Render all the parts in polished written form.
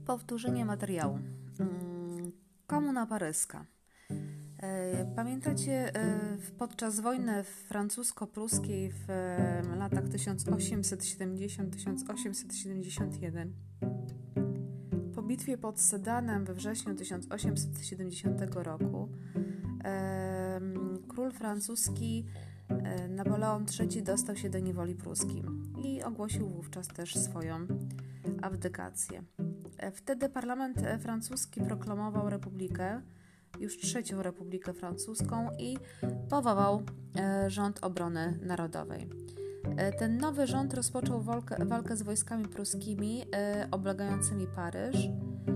Powtórzenie materiału. Komuna paryska. Pamiętacie, podczas wojny francusko-pruskiej w latach 1870-1871 po bitwie pod Sedanem we wrześniu 1870 roku król francuski Napoleon III dostał się do niewoli pruskiej i ogłosił wówczas też swoją abdykację. Wtedy parlament francuski proklamował republikę, już trzecią republikę francuską i powołał rząd obrony narodowej. Ten nowy rząd rozpoczął walkę z wojskami pruskimi oblegającymi Paryż.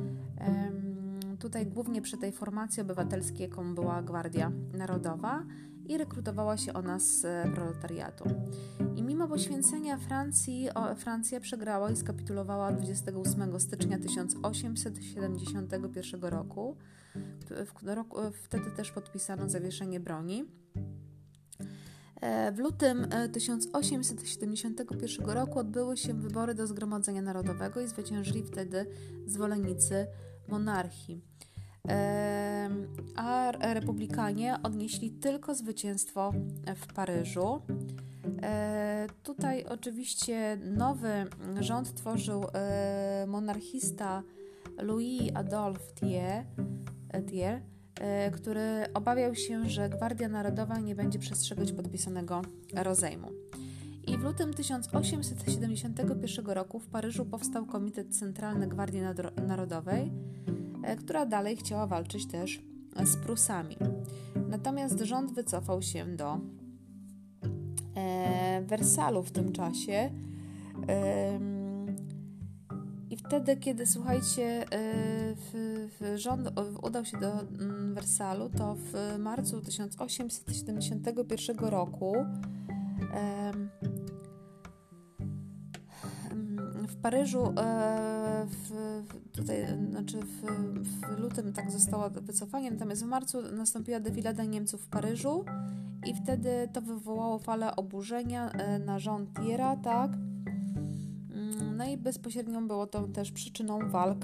Tutaj głównie przy tej formacji obywatelskiej, jaką była Gwardia Narodowa, i rekrutowała się ona z proletariatu. I mimo poświęcenia Francja przegrała i skapitulowała 28 stycznia 1871 roku. Wtedy też podpisano zawieszenie broni. W lutym 1871 roku odbyły się wybory do Zgromadzenia Narodowego i zwyciężyli wtedy zwolennicy monarchii. A republikanie odnieśli tylko zwycięstwo w Paryżu. Tutaj oczywiście nowy rząd tworzył monarchista Louis Adolphe Thiers, który obawiał się, że Gwardia Narodowa nie będzie przestrzegać podpisanego rozejmu. I w lutym 1871 roku w Paryżu powstał Komitet Centralny Gwardii Narodowej, która dalej chciała walczyć też z Prusami. Natomiast rząd wycofał się do Wersalu w tym czasie. I wtedy, kiedy, słuchajcie, rząd udał się do Wersalu, to w marcu 1871 roku w Paryżu, w lutym tak zostało wycofanie, natomiast w marcu nastąpiła defilada Niemców w Paryżu i wtedy to wywołało falę oburzenia na rząd Thiersa, tak? No i bezpośrednio było to też przyczyną walk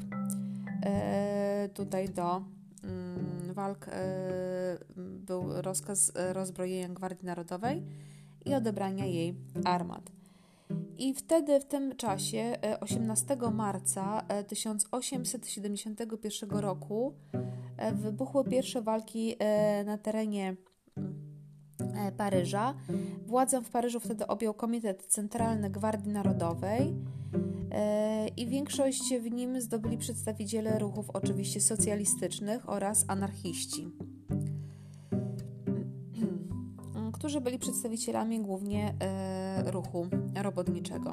był rozkaz rozbrojenia Gwardii Narodowej i odebrania jej armat. I wtedy w tym czasie 18 marca 1871 roku wybuchły pierwsze walki na terenie Paryża. Władzę w Paryżu wtedy objął Komitet Centralny Gwardii Narodowej i większość w nim zdobyli przedstawiciele ruchów oczywiście socjalistycznych oraz anarchiści, którzy byli przedstawicielami głównie ruchu robotniczego.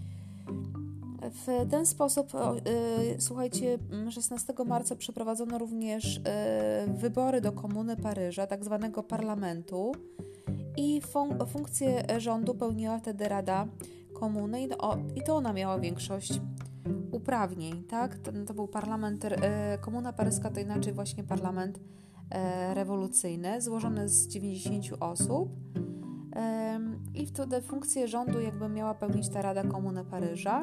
W ten sposób, słuchajcie, 16 marca przeprowadzono również wybory do Komuny Paryża, tak zwanego parlamentu, i funkcję rządu pełniła wtedy Rada Komuny i to ona miała większość uprawnień, tak? To był parlament, Komuna Paryska to inaczej właśnie parlament rewolucyjny, złożony z 90 osób, i wtedy funkcję rządu jakby miała pełnić ta Rada Komuny Paryża.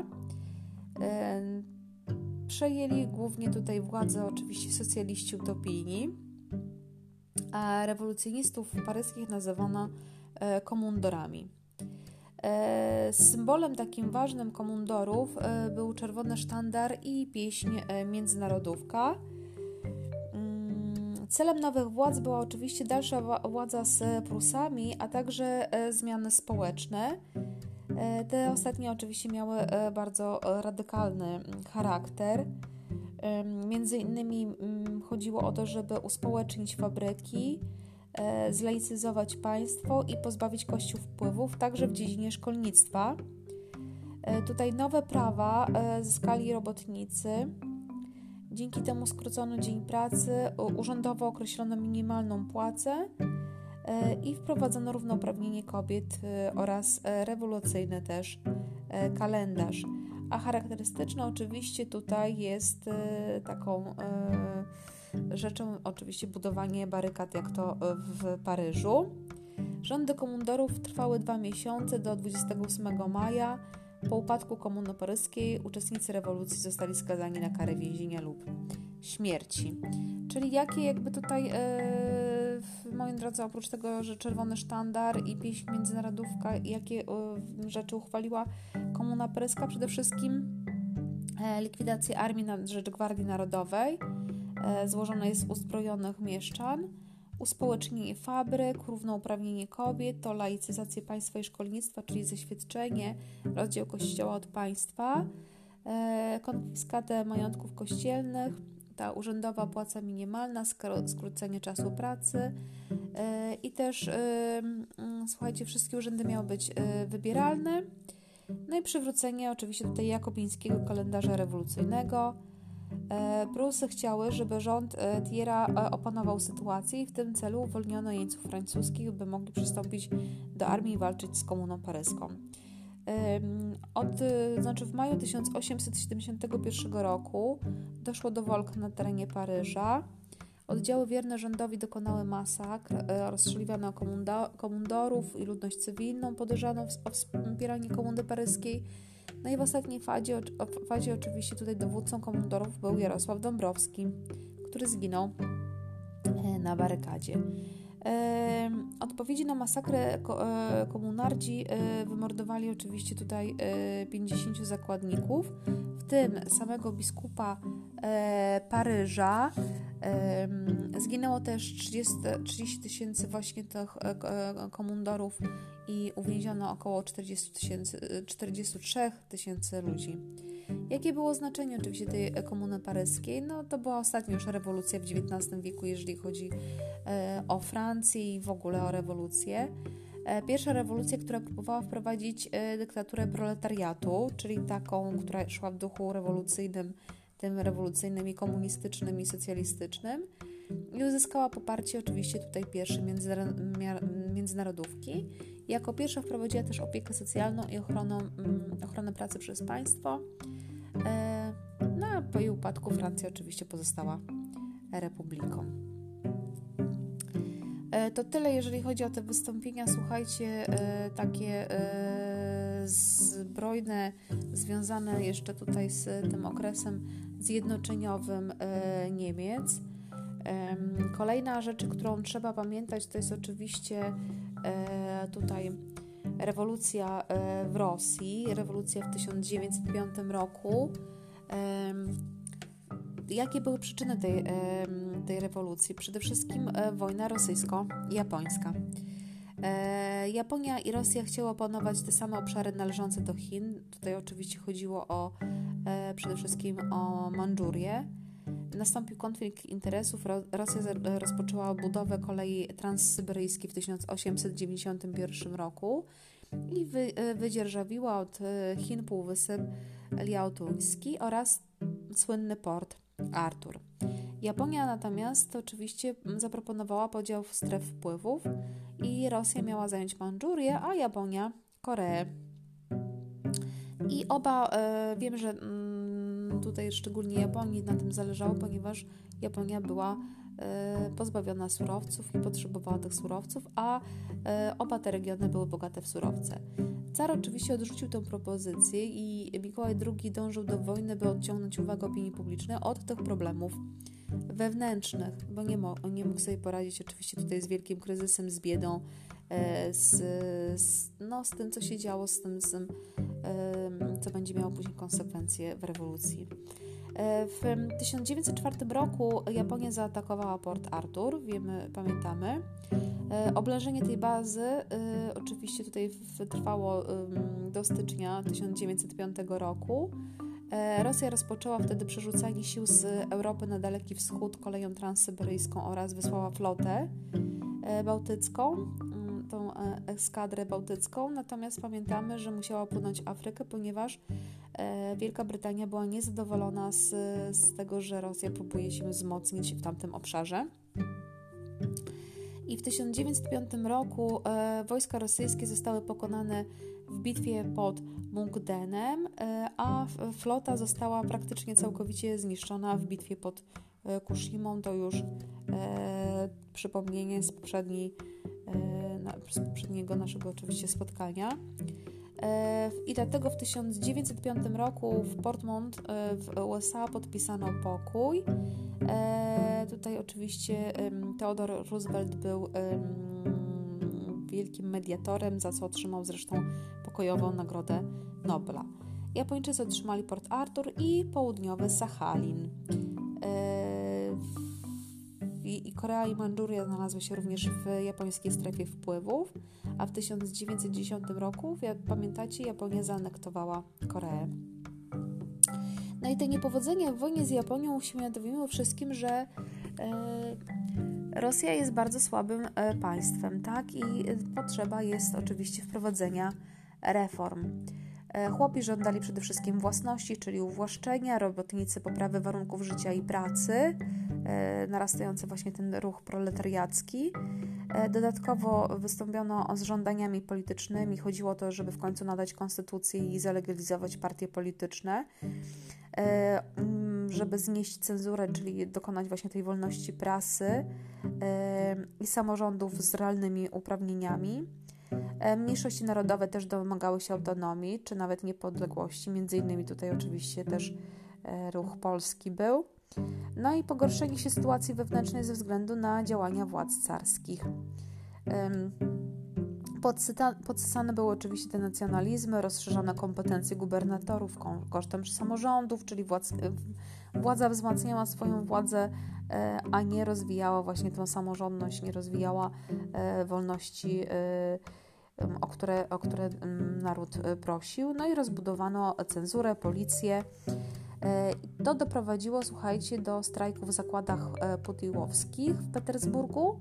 Przejęli głównie tutaj władzę oczywiście socjaliści utopijni, a rewolucjonistów paryskich nazywano komundorami. Symbolem takim ważnym komundorów był czerwony sztandar i pieśń Międzynarodówka. Celem nowych władz była oczywiście dalsza władza z Prusami, a także zmiany społeczne. Te ostatnie oczywiście miały bardzo radykalny charakter. Między innymi chodziło o to, żeby uspołecznić fabryki, zlaicyzować państwo i pozbawić Kościół wpływów, także w dziedzinie szkolnictwa. Tutaj nowe prawa zyskali robotnicy. Dzięki temu skrócono dzień pracy, urzędowo określono minimalną płacę i wprowadzono równouprawnienie kobiet oraz rewolucyjny też kalendarz. A charakterystyczne oczywiście tutaj jest taką rzeczą oczywiście budowanie barykad, jak to w Paryżu. Rządy komundorów trwały 2 miesiące do 28 maja Po upadku Komuny Paryskiej uczestnicy rewolucji zostali skazani na karę więzienia lub śmierci. Czyli jakie jakby tutaj, moi drodzy, oprócz tego, że Czerwony Sztandar i pieśń Międzynarodówka, jakie rzeczy uchwaliła Komuna Paryska? Przede wszystkim likwidację armii na rzecz Gwardii Narodowej, złożonej z uzbrojonych mieszczan, uspołecznienie fabryk, równouprawnienie kobiet, to laicyzację państwa i szkolnictwa, czyli zeświadczenie, rozdział kościoła od państwa, konfiskatę majątków kościelnych, ta urzędowa płaca minimalna, skrócenie czasu pracy i też, słuchajcie, wszystkie urzędy miały być wybieralne, no i przywrócenie oczywiście tutaj jakobińskiego kalendarza rewolucyjnego. Prusy chciały, żeby rząd Thiera opanował sytuację i w tym celu uwolniono jeńców francuskich, by mogli przystąpić do armii i walczyć z Komuną Paryską. W maju 1871 roku doszło do walk na terenie Paryża. Oddziały wierne rządowi dokonały masakr, rozstrzeliwano komundorów i ludność cywilną podejrzaną o wspieranie Komuny Paryskiej. No i w ostatniej fazie oczywiście tutaj dowódcą komundorów był Jarosław Dąbrowski, który zginął na barykadzie. Odpowiedzi na masakrę komunardzi wymordowali oczywiście tutaj 50 zakładników, w tym samego biskupa Paryża. Zginęło też 30 tysięcy właśnie tych komundorów i uwięziono około 43 tysięcy ludzi. Jakie było znaczenie oczywiście tej Komuny Paryskiej? No to była ostatnia już rewolucja w XIX wieku, jeżeli chodzi o Francję i w ogóle o rewolucję. Pierwsza rewolucja, która próbowała wprowadzić dyktaturę proletariatu, czyli taką, która szła w duchu rewolucyjnym, tym rewolucyjnym i komunistycznym i socjalistycznym, i uzyskała poparcie oczywiście tutaj pierwszej międzynarodówki. Jako pierwsza wprowadziła też opiekę socjalną i ochronę pracy przez państwo. No a po jej upadku Francja oczywiście pozostała republiką. To tyle, jeżeli chodzi o te wystąpienia. Słuchajcie, takie zbrojne, związane jeszcze tutaj z tym okresem zjednoczeniowym Niemiec. Kolejna rzecz, którą trzeba pamiętać, to jest oczywiście tutaj rewolucja w Rosji, rewolucja w 1905 roku. Jakie były przyczyny tej rewolucji? Przede wszystkim wojna rosyjsko-japońska. Japonia i Rosja chciały opanować te same obszary należące do Chin. Tutaj oczywiście chodziło przede wszystkim o Mandżurię. Nastąpił konflikt interesów. Rosja rozpoczęła budowę kolei transsyberyjskiej w 1891 roku i wydzierżawiła od Chin półwysep Liaotuński oraz słynny port Artur. Japonia natomiast oczywiście zaproponowała podział stref wpływów i Rosja miała zająć Mandżurię, a Japonia Koreę. I wiem, że tutaj szczególnie Japonii na tym zależało, ponieważ Japonia była pozbawiona surowców i potrzebowała tych surowców, a oba te regiony były bogate w surowce. Car oczywiście odrzucił tę propozycję i Mikołaj II dążył do wojny, by odciągnąć uwagę opinii publicznej od tych problemów wewnętrznych, bo nie mógł sobie poradzić oczywiście tutaj z wielkim kryzysem, z biedą, z tym, co się działo, z tym, co będzie miało później konsekwencje w rewolucji. W 1904 roku Japonia zaatakowała port Artur, pamiętamy. Oblężenie tej bazy oczywiście tutaj trwało do stycznia 1905 roku. Rosja rozpoczęła wtedy przerzucanie sił z Europy na Daleki Wschód koleją transsyberyjską oraz wysłała flotę bałtycką, tą eskadrę bałtycką, natomiast pamiętamy, że musiała opłynąć Afrykę, ponieważ Wielka Brytania była niezadowolona z tego, że Rosja próbuje się wzmocnić w tamtym obszarze. I w 1905 roku wojska rosyjskie zostały pokonane w bitwie pod Mukdenem, a flota została praktycznie całkowicie zniszczona w bitwie pod Kushimą. To już przypomnienie z poprzedniego naszego oczywiście spotkania. I dlatego w 1905 roku w Portmont w USA podpisano pokój. Tutaj oczywiście Theodore Roosevelt był wielkim mediatorem, za co otrzymał zresztą pokojową Nagrodę Nobla. Japończycy otrzymali Port Arthur i południowy Sachalin. I Korea i Mandżuria znalazły się również w japońskiej strefie wpływów, a w 1910 roku, jak pamiętacie, Japonia zaanektowała Koreę. No i te niepowodzenia w wojnie z Japonią uświadomiły wszystkim, że Rosja jest bardzo słabym państwem, tak? I potrzeba jest oczywiście wprowadzenia reform. Chłopi żądali przede wszystkim własności, czyli uwłaszczenia, robotnicy poprawy warunków życia i pracy, narastający właśnie ten ruch proletariacki. Dodatkowo wystąpiono z żądaniami politycznymi. Chodziło o to, żeby w końcu nadać konstytucję i zalegalizować partie polityczne, żeby znieść cenzurę, czyli dokonać właśnie tej wolności prasy i samorządów z realnymi uprawnieniami. Mniejszości narodowe też domagały się autonomii, czy nawet niepodległości. Między innymi tutaj oczywiście też ruch polski był. No i pogorszenie się sytuacji wewnętrznej ze względu na działania władz carskich. Podsysane były oczywiście te nacjonalizmy, rozszerzone kompetencje gubernatorów kosztem samorządów, czyli władza wzmacniała swoją władzę, a nie rozwijała właśnie tę samorządność, nie rozwijała wolności, o które naród prosił. No i rozbudowano cenzurę, policję. To doprowadziło, słuchajcie, do strajków w zakładach putyłowskich w Petersburgu.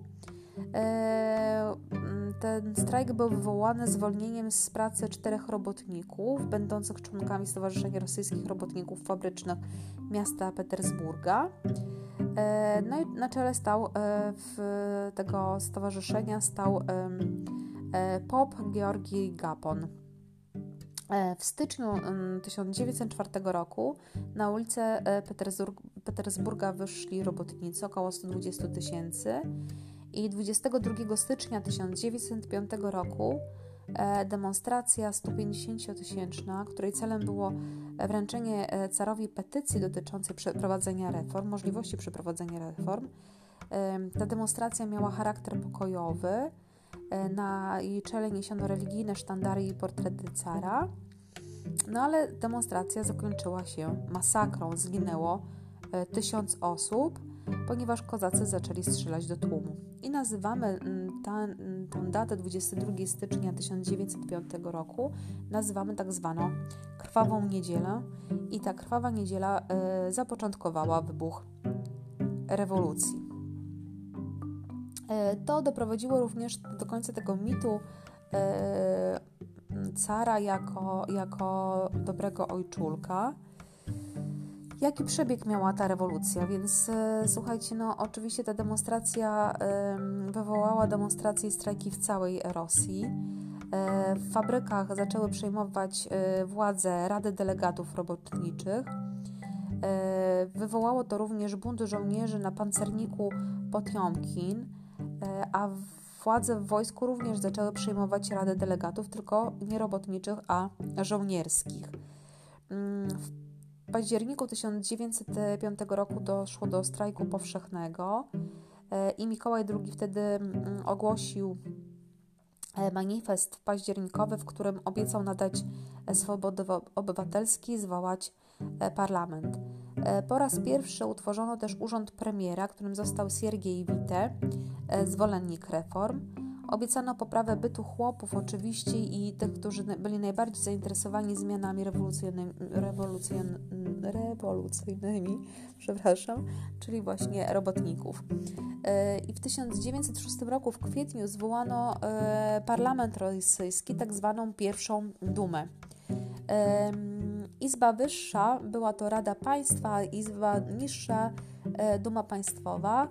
Ten strajk był wywołany zwolnieniem z pracy 4 robotników, będących członkami Stowarzyszenia Rosyjskich Robotników Fabrycznych miasta Petersburga. No i na czele tego stowarzyszenia stał Pop Georgi Gapon. W styczniu 1904 roku na ulicę Petersburga wyszli robotnicy, około 120 000, i 22 stycznia 1905 roku demonstracja 150-tysięczna, której celem było wręczenie carowi petycji dotyczącej przeprowadzenia reform, możliwości przeprowadzenia reform. Ta demonstracja miała charakter pokojowy. Na jej czele niesiono religijne sztandary i portrety cara. No ale demonstracja zakończyła się masakrą. Zginęło 1000 osób, ponieważ kozacy zaczęli strzelać do tłumu. I nazywamy tę datę 22 stycznia 1905 roku nazywamy tak zwaną Krwawą Niedzielę. I ta Krwawa Niedziela zapoczątkowała wybuch rewolucji. To doprowadziło również do końca tego mitu cara jako dobrego ojczulka. Jaki przebieg miała ta rewolucja? Więc słuchajcie, no oczywiście ta demonstracja wywołała demonstracje i strajki w całej Rosji. W fabrykach zaczęły przejmować władzę Rady Delegatów Robotniczych. Wywołało to również bunt żołnierzy na pancerniku Potjomkin, a władze w wojsku również zaczęły przejmować Rady Delegatów, tylko nie robotniczych, a żołnierskich. W październiku 1905 roku doszło do strajku powszechnego i Mikołaj II wtedy ogłosił manifest październikowy, w którym obiecał nadać swobody obywatelskie i zwołać parlament. Po raz pierwszy utworzono też urząd premiera, którym został Siergiej Wite, zwolennik reform. Obiecano poprawę bytu chłopów oczywiście i tych, którzy byli najbardziej zainteresowani zmianami rewolucyjnymi, czyli właśnie robotników. I w 1906 roku w kwietniu zwołano parlament rosyjski, tak zwaną pierwszą dumę. Izba wyższa była to Rada Państwa, izba niższa Duma Państwowa.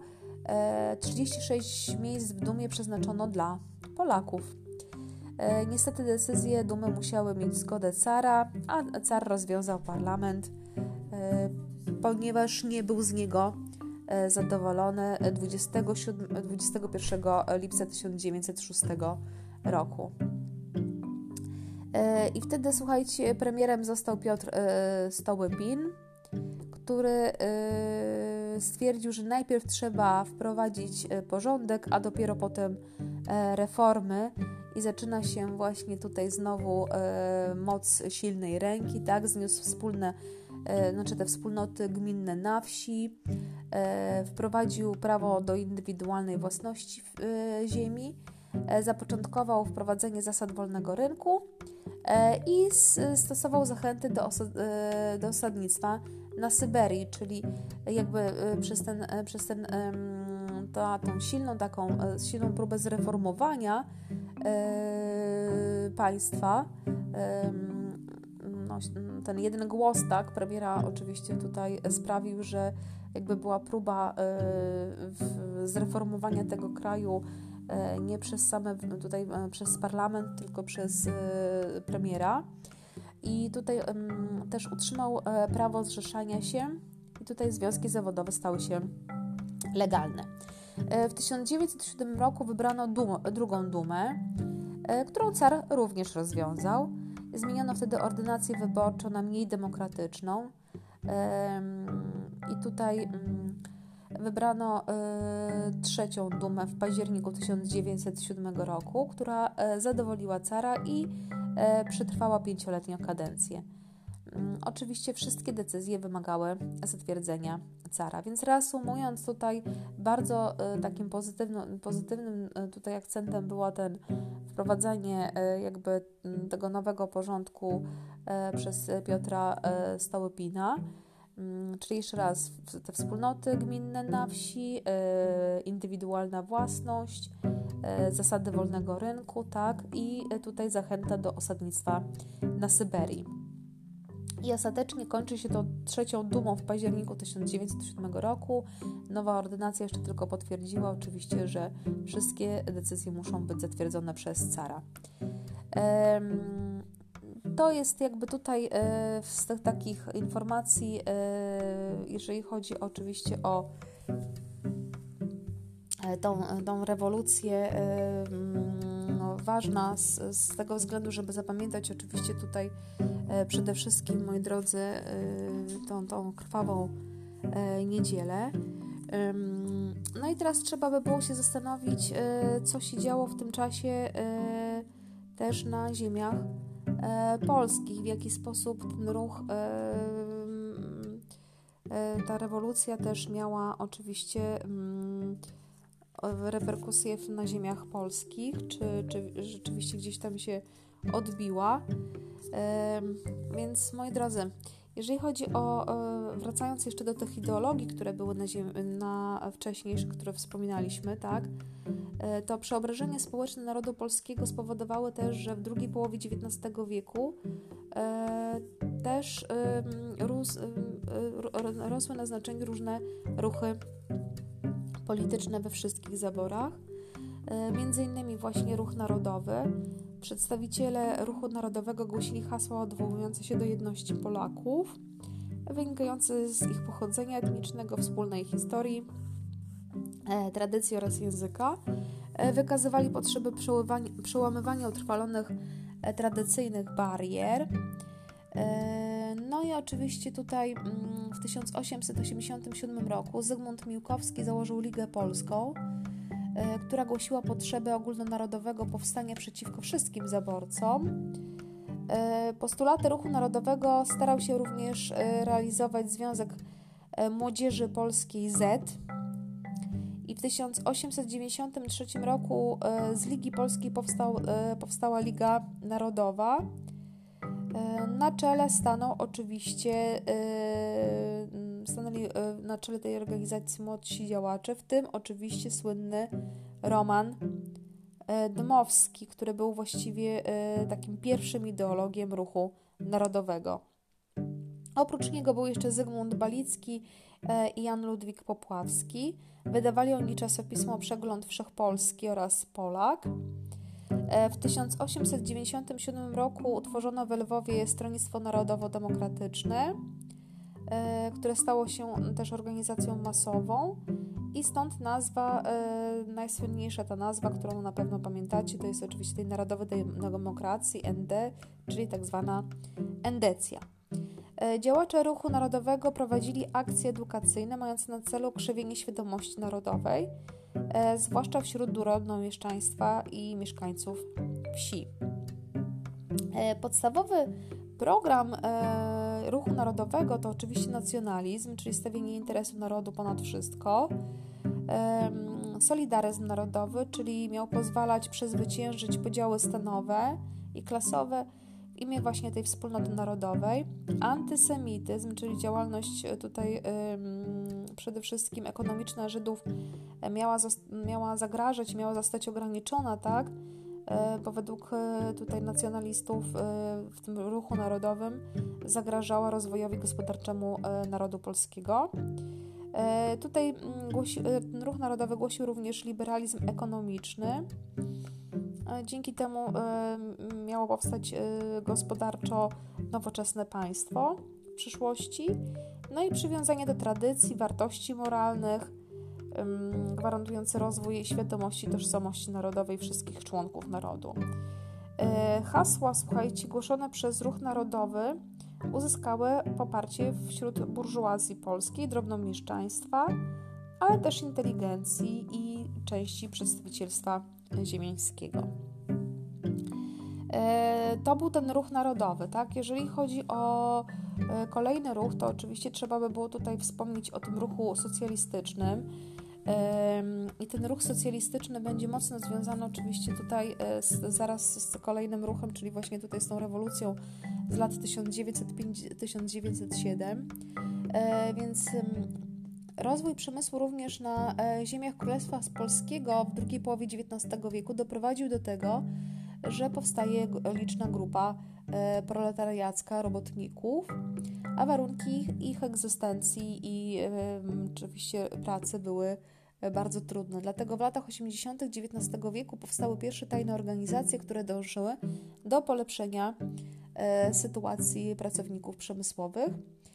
36 miejsc w Dumie przeznaczono dla Polaków. Niestety decyzje Dumy musiały mieć zgodę cara, a car rozwiązał parlament, ponieważ nie był z niego zadowolony 21 lipca 1906 roku. I wtedy, słuchajcie, premierem został Piotr Stołypin, który stwierdził, że najpierw trzeba wprowadzić porządek, a dopiero potem reformy. I zaczyna się właśnie tutaj znowu moc silnej ręki, tak? Zniósł te wspólnoty gminne na wsi, wprowadził prawo do indywidualnej własności ziemi, zapoczątkował wprowadzenie zasad wolnego rynku i stosował zachęty do osadnictwa na Syberii, czyli jakby tą silną próbę zreformowania państwa, ten jeden głos, tak, premiera oczywiście tutaj sprawił, że jakby była próba zreformowania tego kraju nie przez parlament, tylko przez premiera. I tutaj też utrzymał prawo zrzeszania się i tutaj związki zawodowe stały się legalne. W 1907 roku wybrano drugą dumę, którą car również rozwiązał. Zmieniono wtedy ordynację wyborczą na mniej demokratyczną i tutaj wybrano trzecią dumę w październiku 1907 roku, która zadowoliła cara i przetrwała 5-letnią kadencję. Oczywiście wszystkie decyzje wymagały zatwierdzenia cara, więc reasumując tutaj bardzo takim pozytywnym tutaj akcentem było wprowadzenie jakby tego nowego porządku przez Piotra Stołypina, czyli jeszcze raz te wspólnoty gminne na wsi, indywidualna własność, zasady wolnego rynku, tak, i tutaj zachęta do osadnictwa na Syberii. I ostatecznie kończy się to trzecią dumą w październiku 1907 roku. Nowa ordynacja jeszcze tylko potwierdziła oczywiście, że wszystkie decyzje muszą być zatwierdzone przez cara. To jest jakby tutaj z tych takich informacji, jeżeli chodzi oczywiście o tą rewolucję, ważna z tego względu, żeby zapamiętać oczywiście tutaj przede wszystkim, moi drodzy, tą krwawą niedzielę. No i teraz trzeba by było się zastanowić, co się działo w tym czasie też na ziemiach polskich, w jaki sposób ten ruch, ta rewolucja też miała oczywiście reperkusje na ziemiach polskich, czy rzeczywiście gdzieś tam się odbiła. Więc moi drodzy, jeżeli chodzi o, wracając jeszcze do tych ideologii, które były na wcześniejszych, które wspominaliśmy, tak, to przeobrażenia społeczne narodu polskiego spowodowały też, że w drugiej połowie XIX wieku też rosły na znaczeniu różne ruchy polityczne we wszystkich zaborach, między innymi właśnie ruch narodowy. Przedstawiciele ruchu narodowego głosili hasła odwołujące się do jedności Polaków, wynikające z ich pochodzenia etnicznego, wspólnej historii, tradycji oraz języka. Wykazywali potrzeby przełamywania utrwalonych tradycyjnych barier. No i oczywiście tutaj w 1887 roku Zygmunt Miłkowski założył Ligę Polską, która głosiła potrzebę ogólnonarodowego powstania przeciwko wszystkim zaborcom. Postulaty ruchu narodowego starał się również realizować Związek Młodzieży Polskiej Z. I w 1893 roku z Ligi Polskiej powstała Liga Narodowa. Na czele stanęli na czele tej organizacji młodsi działacze, w tym oczywiście słynny Roman Dmowski, który był właściwie takim pierwszym ideologiem ruchu narodowego. Oprócz niego był jeszcze Zygmunt Balicki i Jan Ludwik Popławski. Wydawali oni czasopismo Przegląd Wszechpolski oraz Polak. W 1897 roku utworzono w Lwowie Stronnictwo Narodowo-Demokratyczne, które stało się też organizacją masową i stąd nazwa najsłynniejsza ta nazwa, którą na pewno pamiętacie, to jest oczywiście tej Narodowej Demokracji, ND, czyli tak zwana endecja. Działacze Ruchu Narodowego prowadzili akcje edukacyjne mające na celu krzewienie świadomości narodowej, zwłaszcza wśród drobnomieszczaństwa i mieszkańców wsi. Podstawowy program Ruchu Narodowego to oczywiście nacjonalizm, czyli stawienie interesu narodu ponad wszystko. Solidaryzm narodowy, czyli miał pozwalać przezwyciężyć podziały stanowe i klasowe w imię właśnie tej wspólnoty narodowej. Antysemityzm, czyli działalność tutaj przede wszystkim ekonomiczna Żydów miała zagrażać, miała zostać ograniczona, tak? Bo według tutaj nacjonalistów w tym ruchu narodowym zagrażała rozwojowi gospodarczemu narodu polskiego. Tutaj ten ruch narodowy głosił również liberalizm ekonomiczny. Dzięki temu miało powstać gospodarczo nowoczesne państwo w przyszłości. No i przywiązanie do tradycji, wartości moralnych, gwarantujące rozwój świadomości, tożsamości narodowej wszystkich członków narodu. Hasła, słuchajcie, głoszone przez Ruch Narodowy uzyskały poparcie wśród burżuazji polskiej, drobnomieszczaństwa, ale też inteligencji i części przedstawicielstwa ziemiańskiego. To był ten ruch narodowy, tak? Jeżeli chodzi o kolejny ruch, to oczywiście trzeba by było tutaj wspomnieć o tym ruchu socjalistycznym. I ten ruch socjalistyczny będzie mocno związany oczywiście tutaj zaraz z kolejnym ruchem, czyli właśnie tutaj z tą rewolucją z lat 1905-1907. Więc rozwój przemysłu również na ziemiach Królestwa Polskiego w drugiej połowie XIX wieku doprowadził do tego, że powstaje liczna grupa proletariacka robotników, a warunki ich egzystencji i oczywiście pracy były bardzo trudne. Dlatego w latach 80. XIX wieku powstały pierwsze tajne organizacje, które dążyły do polepszenia sytuacji pracowników przemysłowych.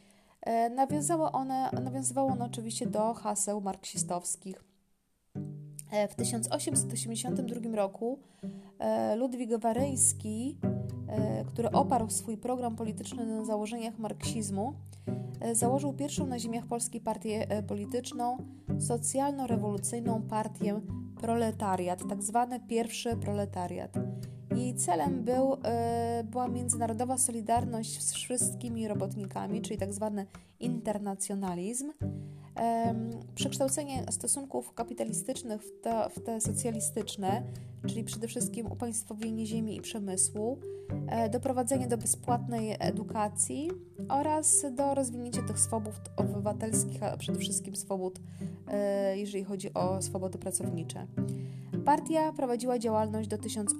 Nawiązywało one oczywiście do haseł marksistowskich. W 1882 roku Ludwik Waryński, który oparł swój program polityczny na założeniach marksizmu, założył pierwszą na ziemiach polskiej partię polityczną, socjalno-rewolucyjną partię Proletariat, tak zwany pierwszy proletariat. Jej celem była międzynarodowa solidarność z wszystkimi robotnikami, czyli tak zwany internacjonalizm, przekształcenie stosunków kapitalistycznych w te socjalistyczne, czyli przede wszystkim upaństwowienie ziemi i przemysłu, doprowadzenie do bezpłatnej edukacji oraz do rozwinięcia tych swobód obywatelskich, a przede wszystkim swobód, jeżeli chodzi o swobody pracownicze. Partia prowadziła działalność do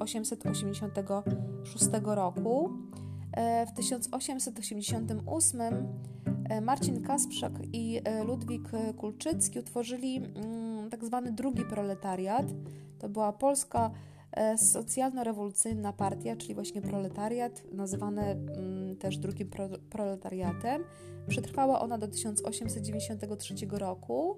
1886 roku. W 1888 Marcin Kasprzak i Ludwik Kulczycki utworzyli tak zwany drugi proletariat. To była Polska Socjalno-Rewolucyjna Partia, czyli właśnie proletariat, nazywany też drugim proletariatem. Przetrwała ona do 1893 roku.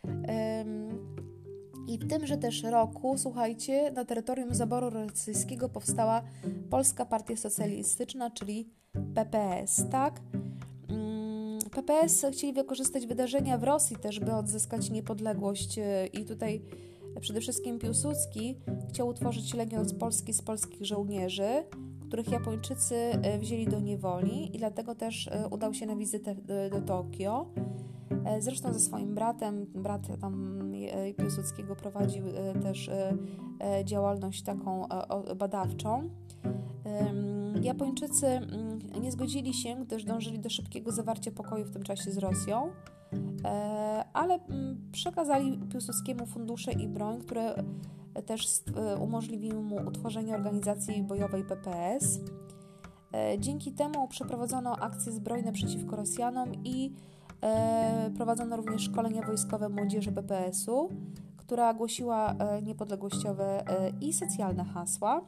I w tymże też roku, słuchajcie, na terytorium zaboru rosyjskiego powstała Polska Partia Socjalistyczna, czyli PPS, tak? PPS chcieli wykorzystać wydarzenia w Rosji też, by odzyskać niepodległość i tutaj przede wszystkim Piłsudski chciał utworzyć Legion Polski z polskich żołnierzy, których Japończycy wzięli do niewoli i dlatego też udał się na wizytę do Tokio. Zresztą ze swoim bratem, brat tam Piłsudskiego prowadził też działalność taką badawczą. Japończycy nie zgodzili się, gdyż dążyli do szybkiego zawarcia pokoju w tym czasie z Rosją, ale przekazali Piłsudskiemu fundusze i broń, które też umożliwiły mu utworzenie organizacji bojowej PPS. Dzięki temu przeprowadzono akcje zbrojne przeciwko Rosjanom i prowadzono również szkolenia wojskowe młodzieży PPS-u, która głosiła niepodległościowe i socjalne hasła.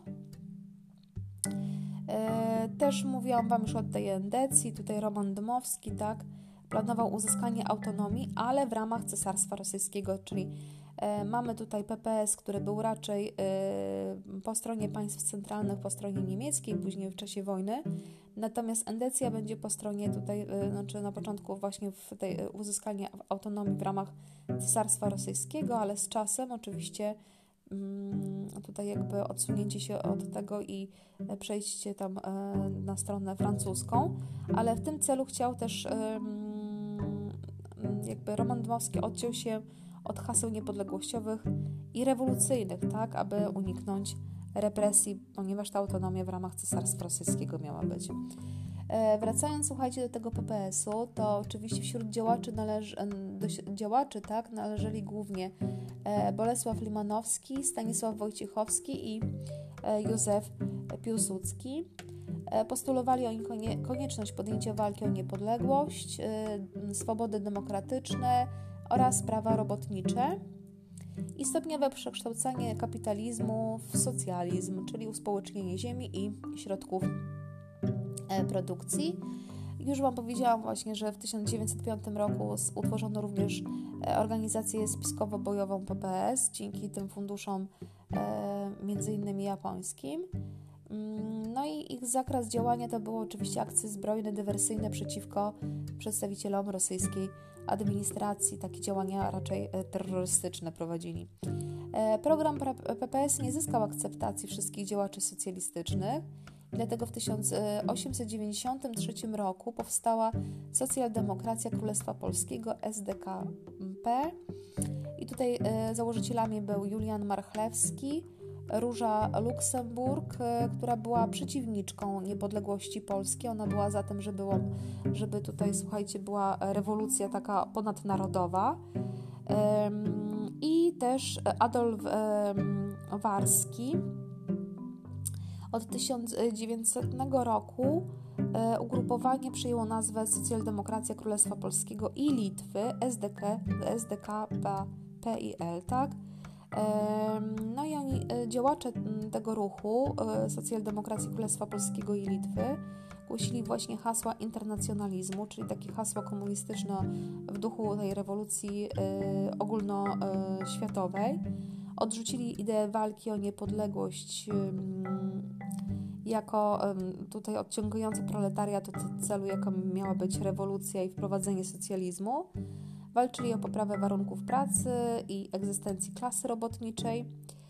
Też mówiłam Wam już o tej endecji, tutaj Roman Dmowski, tak, planował uzyskanie autonomii, ale w ramach Cesarstwa Rosyjskiego, czyli Mamy tutaj PPS, który był raczej po stronie państw centralnych, po stronie niemieckiej, później w czasie wojny. Natomiast Endecja będzie po stronie tutaj, znaczy na początku właśnie w tej uzyskania autonomii w ramach Cesarstwa Rosyjskiego, ale z czasem oczywiście tutaj jakby odsunięcie się od tego i przejście tam na stronę francuską, ale w tym celu chciał też jakby Roman Dmowski odciął się od haseł niepodległościowych i rewolucyjnych, tak, aby uniknąć represji, ponieważ ta autonomia w ramach Cesarstwa Rosyjskiego miała być. Wracając, słuchajcie, do tego PPS-u, to oczywiście wśród działaczy należeli głównie Bolesław Limanowski, Stanisław Wojciechowski i Józef Piłsudski. Postulowali oni konieczność podjęcia walki o niepodległość, swobody demokratyczne oraz prawa robotnicze i stopniowe przekształcanie kapitalizmu w socjalizm, czyli uspołecznienie ziemi i środków produkcji. Już Wam powiedziałam właśnie, że w 1905 roku utworzono również organizację spiskowo-bojową PPS dzięki tym funduszom między innymi japońskim. No i ich zakres działania to było oczywiście akcje zbrojne, dywersyjne przeciwko przedstawicielom rosyjskiej administracji. Takie działania raczej terrorystyczne prowadzili. Program PPS nie zyskał akceptacji wszystkich działaczy socjalistycznych, dlatego w 1893 roku powstała Socjaldemokracja Królestwa Polskiego SDKP i tutaj założycielami był Julian Marchlewski, Róża Luksemburg, która była przeciwniczką niepodległości Polski. Ona była za tym, żeby tutaj, słuchajcie, była rewolucja taka ponadnarodowa. I też Adolf Warski. Od 1900 roku ugrupowanie przyjęło nazwę Socjaldemokracja Królestwa Polskiego i Litwy, SDKP-PIL, tak? No i oni, działacze tego ruchu Socjaldemokracji Królestwa Polskiego i Litwy, głosili właśnie hasła internacjonalizmu, czyli takie hasła komunistyczne w duchu tej rewolucji ogólnoświatowej. Odrzucili ideę walki o niepodległość jako tutaj odciągający proletariat od celu, jaką miała być rewolucja i wprowadzenie socjalizmu. Walczyli o poprawę warunków pracy i egzystencji klasy robotniczej.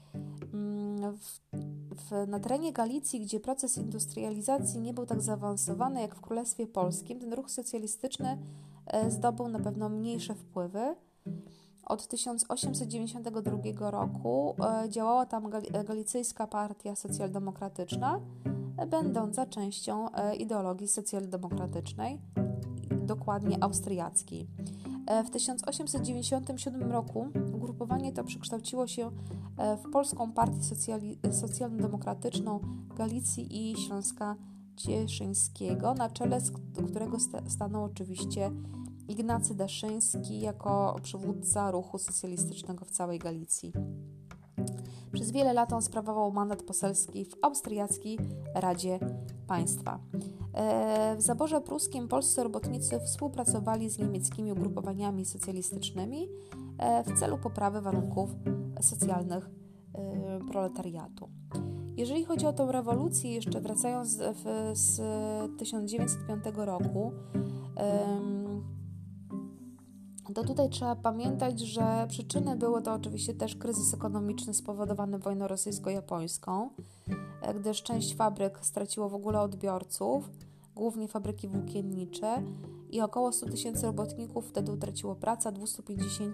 Na terenie Galicji, gdzie proces industrializacji nie był tak zaawansowany jak w Królestwie Polskim, ten ruch socjalistyczny zdobył na pewno mniejsze wpływy. Od 1892 roku działała tam Galicyjska Partia Socjaldemokratyczna, będąca częścią ideologii socjaldemokratycznej, dokładnie austriackiej. W 1897 roku ugrupowanie to przekształciło się w Polską Partię Socjalno-Demokratyczną Galicji i Śląska Cieszyńskiego, na czele którego stanął oczywiście Ignacy Daszyński jako przywódca ruchu socjalistycznego w całej Galicji. Przez wiele lat on sprawował mandat poselski w austriackiej Radzie Państwa. W zaborze pruskim polscy robotnicy współpracowali z niemieckimi ugrupowaniami socjalistycznymi w celu poprawy warunków socjalnych proletariatu. Jeżeli chodzi o tą rewolucję, jeszcze wracając z 1905 roku, to tutaj trzeba pamiętać, że przyczyny były to oczywiście też kryzys ekonomiczny spowodowany wojną rosyjsko-japońską, gdyż część fabryk straciło w ogóle odbiorców, głównie fabryki włókiennicze i około 100 000 robotników wtedy utraciło pracę, 250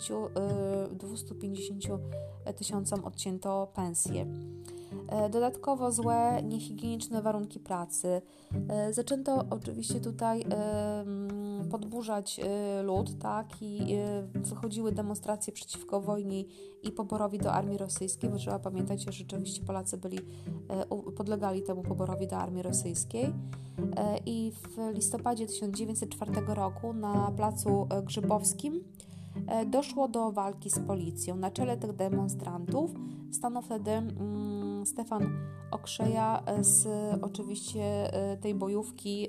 000 odcięto pensje. Dodatkowo złe, niehigieniczne warunki pracy. Zaczęto oczywiście tutaj podburzać lud, tak, i wychodziły demonstracje przeciwko wojnie i poborowi do armii rosyjskiej, bo trzeba pamiętać, że rzeczywiście Polacy podlegali temu poborowi do armii rosyjskiej. I w listopadzie 1904 roku na Placu Grzybowskim doszło do walki z policją. Na czele tych demonstrantów stanął wtedy Stefan Okrzeja z oczywiście tej bojówki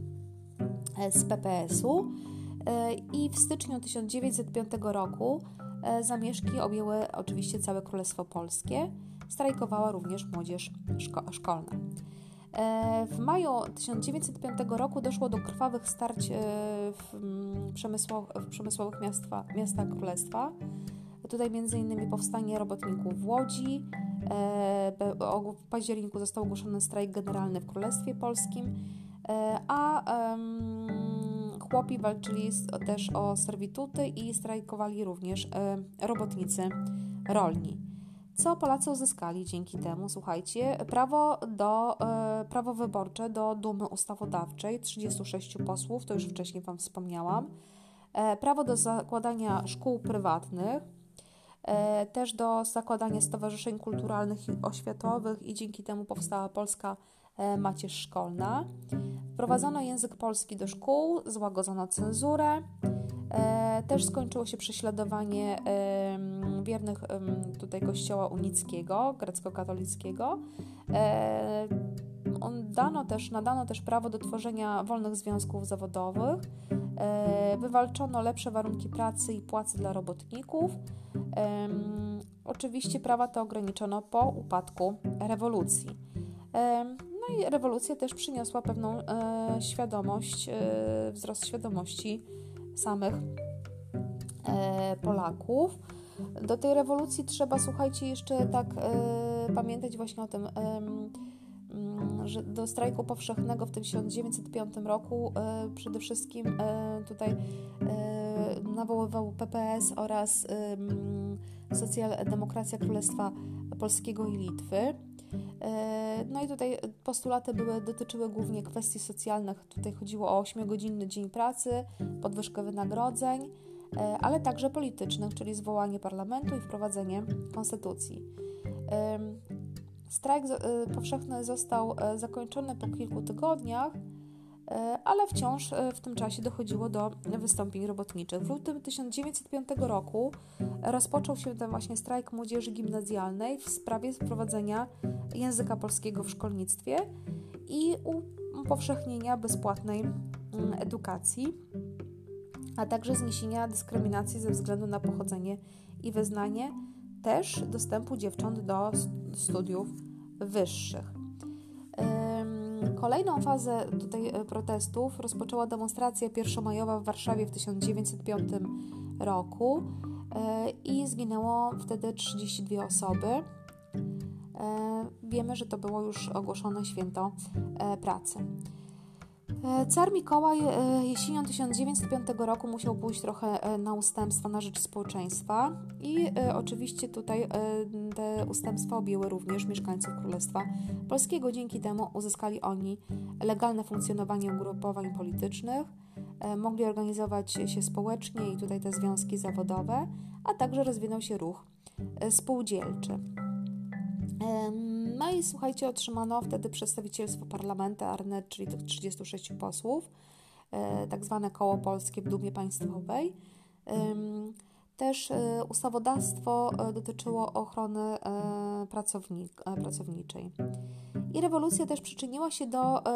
z PPS-u i w styczniu 1905 roku Zamieszki objęły oczywiście całe Królestwo Polskie. Strajkowała również młodzież szkolna. W maju 1905 roku doszło do krwawych starć w przemysłowych miastach Królestwa. Tutaj m.in. powstanie robotników w Łodzi. W październiku został ogłoszony strajk generalny w Królestwie Polskim, a chłopi walczyli też o serwituty i strajkowali również robotnicy rolni. Co Polacy uzyskali dzięki temu? Słuchajcie, prawo wyborcze do Dumy Ustawodawczej, 36 posłów, to już wcześniej Wam wspomniałam, prawo do zakładania szkół prywatnych, też do zakładania stowarzyszeń kulturalnych i oświatowych i dzięki temu powstała Polska Macierz Szkolna. Wprowadzono język polski do szkół, złagodzono cenzurę, też skończyło się prześladowanie wiernych tutaj Kościoła unickiego, grecko-katolickiego. Nadano też prawo do tworzenia wolnych związków zawodowych, wywalczono lepsze warunki pracy i płacy dla robotników. Oczywiście prawa te ograniczono po upadku rewolucji. No i rewolucja też przyniosła pewną wzrost świadomości samych Polaków. Do tej rewolucji trzeba, słuchajcie, jeszcze tak pamiętać właśnie o tym, że do strajku powszechnego w tym 1905 roku przede wszystkim tutaj nawoływał PPS oraz socjaldemokracja Królestwa Polskiego i Litwy. No i tutaj postulaty dotyczyły głównie kwestii socjalnych. Tutaj chodziło o 8-godzinny dzień pracy, podwyżkę wynagrodzeń, ale także politycznych, czyli zwołanie parlamentu i wprowadzenie konstytucji. Strajk powszechny został zakończony po kilku tygodniach, ale wciąż w tym czasie dochodziło do wystąpień robotniczych. W lutym 1905 roku rozpoczął się ten właśnie strajk młodzieży gimnazjalnej w sprawie wprowadzenia języka polskiego w szkolnictwie i upowszechnienia bezpłatnej edukacji, a także zniesienia dyskryminacji ze względu na pochodzenie i wyznanie, też dostępu dziewcząt do studiów wyższych. Kolejną fazę tutaj protestów rozpoczęła demonstracja pierwszomajowa w Warszawie w 1905 roku i zginęło wtedy 32 osoby. Wiemy, że to było już ogłoszone święto pracy. Car Mikołaj jesienią 1905 roku musiał pójść trochę na ustępstwa na rzecz społeczeństwa i oczywiście tutaj te ustępstwa objęły również mieszkańców Królestwa Polskiego. Dzięki temu uzyskali oni legalne funkcjonowanie ugrupowań politycznych, mogli organizować się społecznie i tutaj te związki zawodowe, a także rozwinął się ruch spółdzielczy. No i słuchajcie, otrzymano wtedy przedstawicielstwo parlamentarne, czyli tych 36 posłów, tak zwane koło polskie w Dumie Państwowej. Też ustawodawstwo dotyczyło ochrony pracowniczej. I rewolucja też przyczyniła się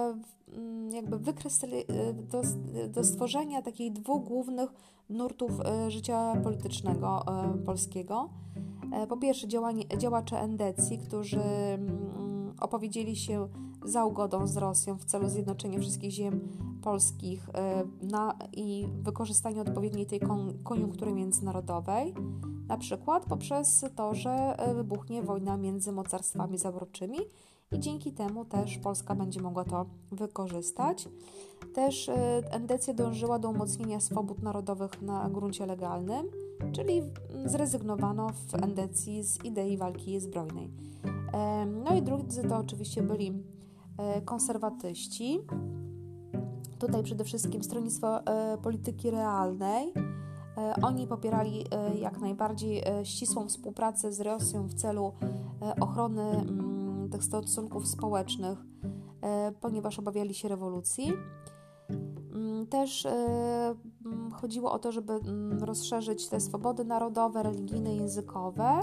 do stworzenia takich dwóch głównych nurtów życia politycznego polskiego. Po pierwsze działacze endecji, którzy opowiedzieli się za ugodą z Rosją w celu zjednoczenia wszystkich ziem polskich i wykorzystania odpowiedniej tej koniunktury międzynarodowej, na przykład poprzez to, że wybuchnie wojna między mocarstwami zaborczymi i dzięki temu też Polska będzie mogła to wykorzystać. Też endecja dążyła do umocnienia swobód narodowych na gruncie legalnym, czyli zrezygnowano w endecji z idei walki zbrojnej. No i drudzy to oczywiście byli konserwatyści. Tutaj przede wszystkim Stronnictwo Polityki Realnej. Oni popierali jak najbardziej ścisłą współpracę z Rosją w celu ochrony tych stosunków społecznych, ponieważ obawiali się rewolucji. Też chodziło o to, żeby rozszerzyć te swobody narodowe, religijne i językowe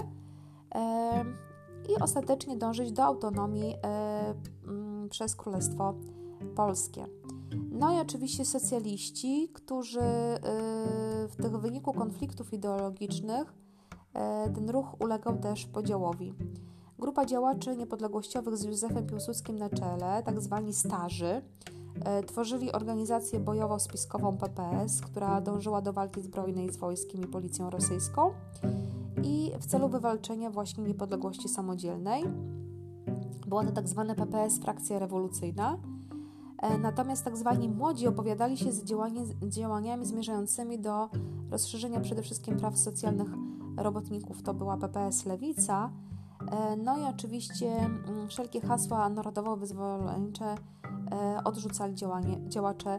i ostatecznie dążyć do autonomii przez Królestwo Polskie. No i oczywiście socjaliści, którzy w wyniku konfliktów ideologicznych ten ruch ulegał też podziałowi. Grupa działaczy niepodległościowych z Józefem Piłsudskim na czele, tak zwani starzy, tworzyli organizację bojowo-spiskową PPS, która dążyła do walki zbrojnej z wojskiem i policją rosyjską i w celu wywalczenia właśnie niepodległości samodzielnej. Była to tak zwana PPS frakcja rewolucyjna. Natomiast tak zwani młodzi opowiadali się za działaniami zmierzającymi do rozszerzenia przede wszystkim praw socjalnych robotników. To była PPS Lewica. No i oczywiście wszelkie hasła narodowo-wyzwoleńcze odrzucali działacze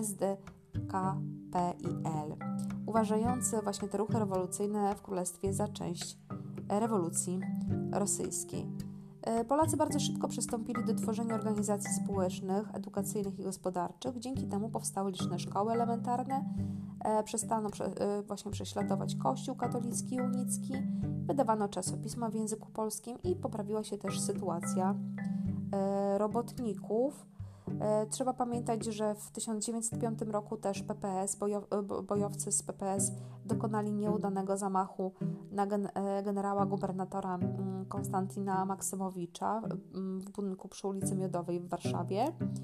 SDKPIL, uważający właśnie te ruchy rewolucyjne w Królestwie za część rewolucji rosyjskiej. Polacy bardzo szybko przystąpili do tworzenia organizacji społecznych, edukacyjnych i gospodarczych. Dzięki temu powstały liczne szkoły elementarne, przestano właśnie prześladować Kościół katolicki i unicki, wydawano czasopisma w języku polskim i poprawiła się też sytuacja robotników. Trzeba pamiętać, że w 1905 roku też bojowcy z PPS dokonali nieudanego zamachu na generała gubernatora Konstantina Maksymowicza w budynku przy ulicy Miodowej w Warszawie.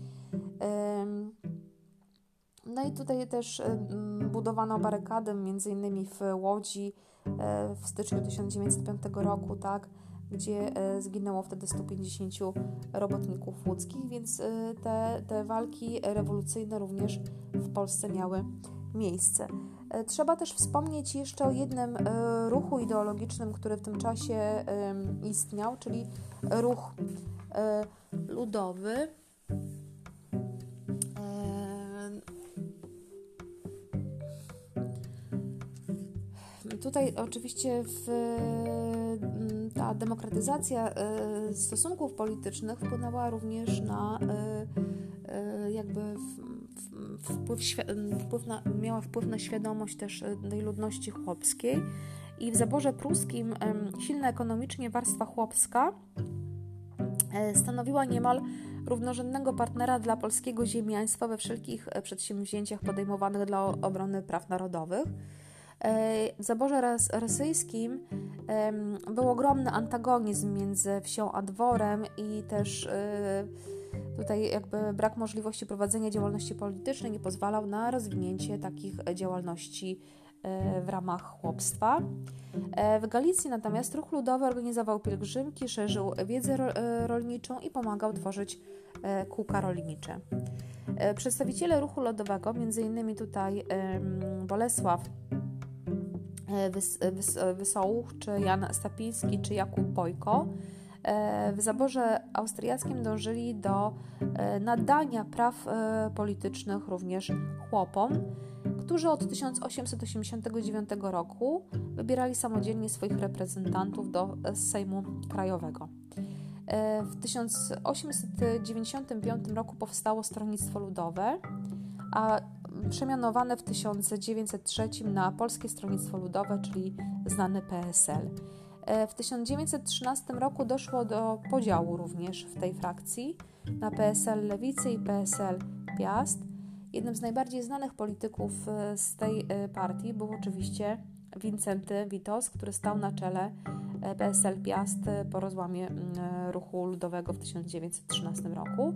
No i tutaj też budowano barykady, m.in. w Łodzi w styczniu 1905 roku, tak, gdzie zginęło wtedy 150 robotników łódzkich, więc te walki rewolucyjne również w Polsce miały miejsce. Trzeba też wspomnieć jeszcze o jednym ruchu ideologicznym, który w tym czasie istniał, czyli ruch ludowy. Tutaj oczywiście ta demokratyzacja stosunków politycznych wpłynęła również na miała wpływ na świadomość też tej ludności chłopskiej i w zaborze pruskim silna ekonomicznie warstwa chłopska stanowiła niemal równorzędnego partnera dla polskiego ziemiaństwa we wszelkich przedsięwzięciach podejmowanych dla obrony praw narodowych. W zaborze rosyjskim był ogromny antagonizm między wsią a dworem i też tutaj jakby brak możliwości prowadzenia działalności politycznej nie pozwalał na rozwinięcie takich działalności w ramach chłopstwa. W Galicji natomiast ruch ludowy organizował pielgrzymki, szerzył wiedzę rolniczą i pomagał tworzyć kółka rolnicze. Przedstawiciele ruchu ludowego, m.in. tutaj Bolesław Wesołuch, czy Jan Stapiński, czy Jakub Bojko, w zaborze austriackim dążyli do nadania praw politycznych również chłopom, którzy od 1889 roku wybierali samodzielnie swoich reprezentantów do Sejmu Krajowego. W 1895 roku powstało Stronnictwo Ludowe, a przemianowane w 1903 na Polskie Stronnictwo Ludowe, czyli znany PSL. W 1913 roku doszło do podziału również w tej frakcji na PSL Lewicy i PSL Piast. Jednym z najbardziej znanych polityków z tej partii był oczywiście Wincenty Witos, który stał na czele PSL Piast po rozłamie ruchu ludowego w 1913 roku.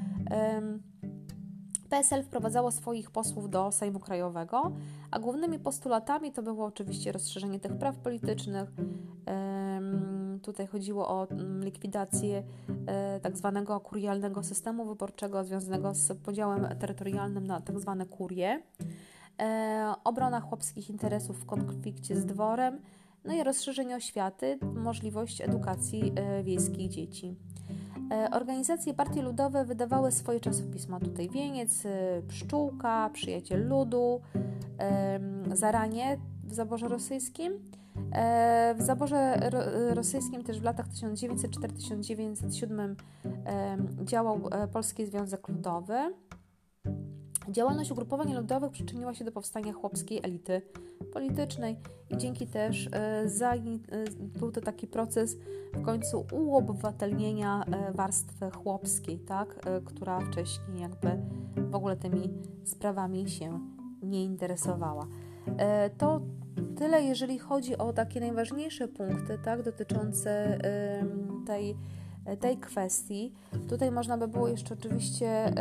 PSL wprowadzało swoich posłów do Sejmu Krajowego, a głównymi postulatami to było oczywiście rozszerzenie tych praw politycznych. Tutaj chodziło o likwidację tak zwanego kurialnego systemu wyborczego związanego z podziałem terytorialnym na tak zwane kurie, obrona chłopskich interesów w konflikcie z dworem, no i rozszerzenie oświaty, możliwość edukacji wiejskich dzieci. Organizacje partii ludowe wydawały swoje czasopisma. Tutaj Wieniec, Pszczółka, Przyjaciel Ludu, Zaranie w zaborze rosyjskim. W zaborze rosyjskim też w latach 1904-1907 działał Polski Związek Ludowy. Działalność ugrupowań ludowych przyczyniła się do powstania chłopskiej elity politycznej i dzięki też był to taki proces w końcu uobywatelnienia warstwy chłopskiej, tak, która wcześniej jakby w ogóle tymi sprawami się nie interesowała. To Tyle, jeżeli chodzi o takie najważniejsze punkty, tak, dotyczące tej kwestii. Tutaj można by było jeszcze oczywiście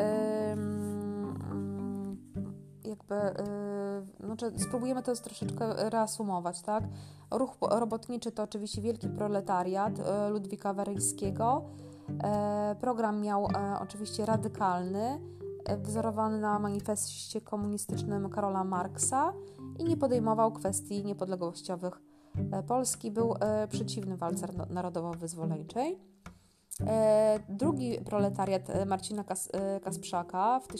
spróbujemy to troszeczkę reasumować, tak? Ruch robotniczy to oczywiście wielki proletariat Ludwika Weryńskiego. Program miał oczywiście radykalny, wzorowany na manifestie komunistycznym Karola Marksa i nie podejmował kwestii niepodległościowych Polski. Był przeciwny walce narodowo-wyzwoleńczej. Drugi proletariat Marcina Kasprzaka w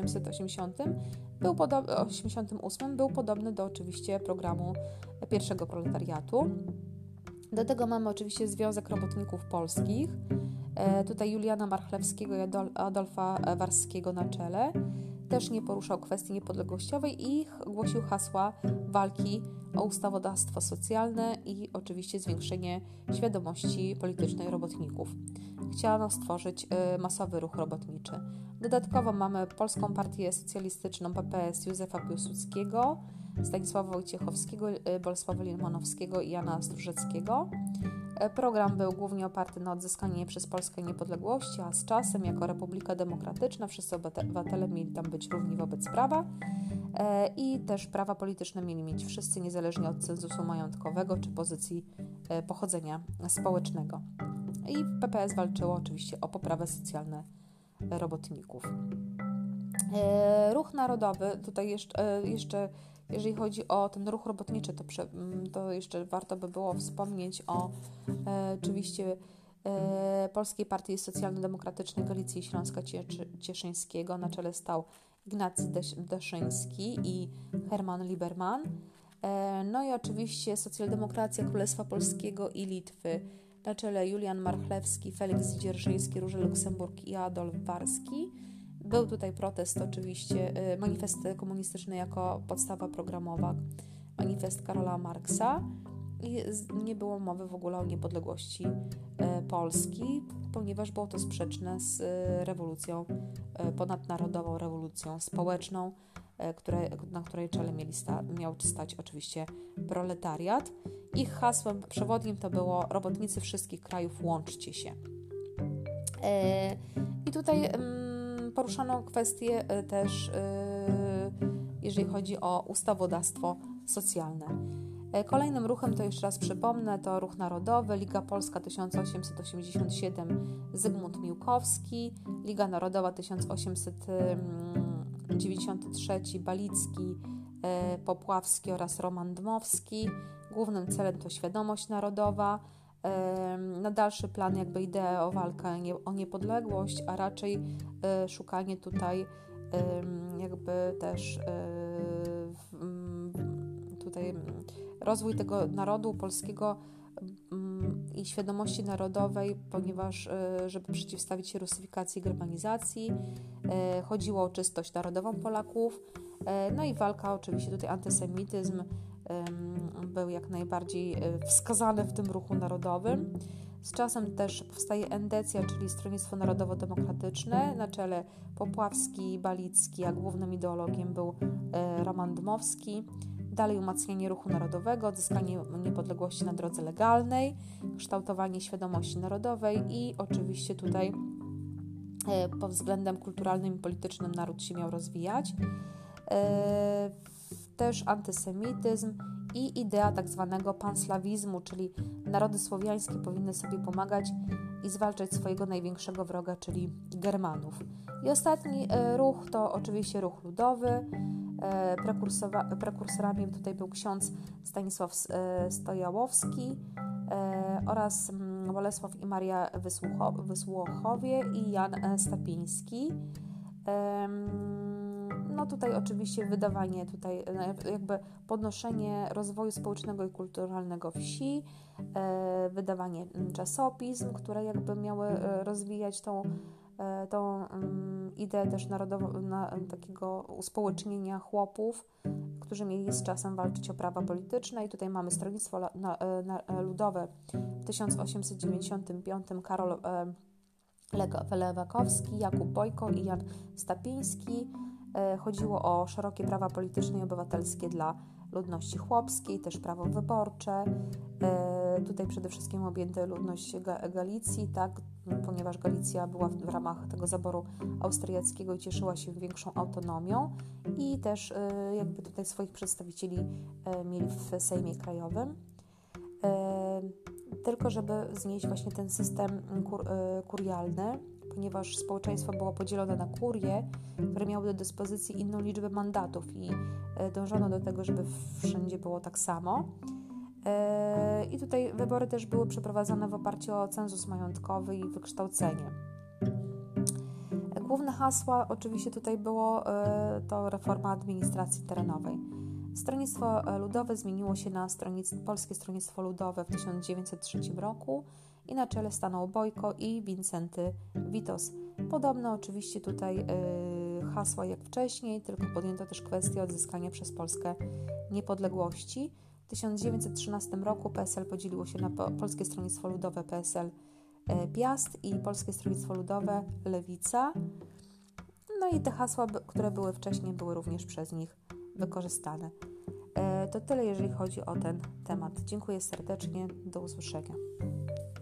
1888 był podobny do oczywiście programu pierwszego proletariatu. Do tego mamy oczywiście Związek Robotników Polskich, tutaj Juliana Marchlewskiego i Adolfa Warskiego na czele. Też nie poruszał kwestii niepodległościowej i głosił hasła walki o ustawodawstwo socjalne i oczywiście zwiększenie świadomości politycznej robotników. Chciano stworzyć masowy ruch robotniczy. Dodatkowo mamy Polską Partię Socjalistyczną PPS Józefa Piłsudskiego, Stanisława Wojciechowskiego, Bolesława Limanowskiego i Jana Strużeckiego. Program był głównie oparty na odzyskaniu przez Polskę niepodległości, a z czasem jako Republika Demokratyczna wszyscy obywatele mieli tam być równi wobec prawa i też prawa polityczne mieli mieć wszyscy, niezależnie od cenzusu majątkowego czy pozycji pochodzenia społecznego. I PPS walczyło oczywiście o poprawę socjalną robotników. Ruch narodowy, tutaj jeszcze jeżeli chodzi o ten ruch robotniczy, to jeszcze warto by było wspomnieć o oczywiście Polskiej Partii Socjalno-Demokratycznej Galicji i Śląska Cieszyńskiego. Na czele stał Ignacy Daszyński i Herman Liberman. No i oczywiście Socjaldemokracja Królestwa Polskiego i Litwy. Na czele Julian Marchlewski, Felix Dzierżyński, Róża Luksemburg i Adolf Warski. Był tutaj protest oczywiście, manifest komunistyczny jako podstawa programowa, manifest Karola Marksa i nie było mowy w ogóle o niepodległości Polski, ponieważ było to sprzeczne z rewolucją, ponadnarodową rewolucją społeczną, na której czele miał stać oczywiście proletariat. Ich hasłem przewodnim to było: robotnicy wszystkich krajów, łączcie się. I tutaj poruszano kwestie też, jeżeli chodzi o ustawodawstwo socjalne. Kolejnym ruchem, to jeszcze raz przypomnę, to Ruch Narodowy, Liga Polska 1887 Zygmunt Miłkowski, Liga Narodowa 1893 Balicki, Popławski oraz Roman Dmowski. Głównym celem to świadomość narodowa, na dalszy plan jakby idea o walkę o niepodległość, a raczej szukanie tutaj jakby też tutaj rozwój tego narodu polskiego i świadomości narodowej, ponieważ żeby przeciwstawić się rusyfikacji i germanizacji, chodziło o czystość narodową Polaków, no i walka oczywiście tutaj antysemityzm był jak najbardziej wskazany w tym ruchu narodowym. Z czasem też powstaje Endecja, czyli Stronnictwo Narodowo-Demokratyczne, na czele Popławski, Balicki, a głównym ideologiem był Roman Dmowski. Dalej umacnianie ruchu narodowego, odzyskanie niepodległości na drodze legalnej, kształtowanie świadomości narodowej i oczywiście tutaj pod względem kulturalnym i politycznym naród się miał rozwijać. Też antysemityzm i idea tak zwanego panslawizmu, czyli narody słowiańskie powinny sobie pomagać i zwalczać swojego największego wroga, czyli Germanów. I ostatni ruch to oczywiście ruch ludowy. Prekursorami tutaj był ksiądz Stanisław Stojałowski oraz Bolesław i Maria Wysłuchowie i Jan Stapiński. No tutaj oczywiście wydawanie, tutaj jakby podnoszenie rozwoju społecznego i kulturalnego wsi, wydawanie czasopism, które jakby miały rozwijać tą ideę też takiego uspołecznienia chłopów, którzy mieli z czasem walczyć o prawa polityczne. I tutaj mamy Stronnictwo Ludowe w 1895 Karol Lewakowski, Jakub Bojko i Jan Stapiński. Chodziło o szerokie prawa polityczne i obywatelskie dla ludności chłopskiej, też prawo wyborcze. Tutaj przede wszystkim objęte ludność Galicji, tak, ponieważ Galicja była w ramach tego zaboru austriackiego i cieszyła się większą autonomią i też jakby tutaj swoich przedstawicieli mieli w Sejmie Krajowym. Tylko żeby znieść właśnie ten system kurialny, ponieważ społeczeństwo było podzielone na kurie, które miały do dyspozycji inną liczbę mandatów i dążono do tego, żeby wszędzie było tak samo. I tutaj wybory też były przeprowadzane w oparciu o cenzus majątkowy i wykształcenie. Główne hasła oczywiście tutaj było to reforma administracji terenowej. Stronnictwo Ludowe zmieniło się na Polskie Stronnictwo Ludowe w 1903 roku i na czele stanął Bojko i Wincenty Witos. Podobne oczywiście tutaj hasła jak wcześniej, tylko podjęto też kwestię odzyskania przez Polskę niepodległości. W 1913 roku PSL podzieliło się na Polskie Stronnictwo Ludowe PSL Piast i Polskie Stronnictwo Ludowe Lewica. No i te hasła, które były wcześniej, były również przez nich wykorzystane. To tyle, jeżeli chodzi o ten temat. Dziękuję serdecznie. Do usłyszenia.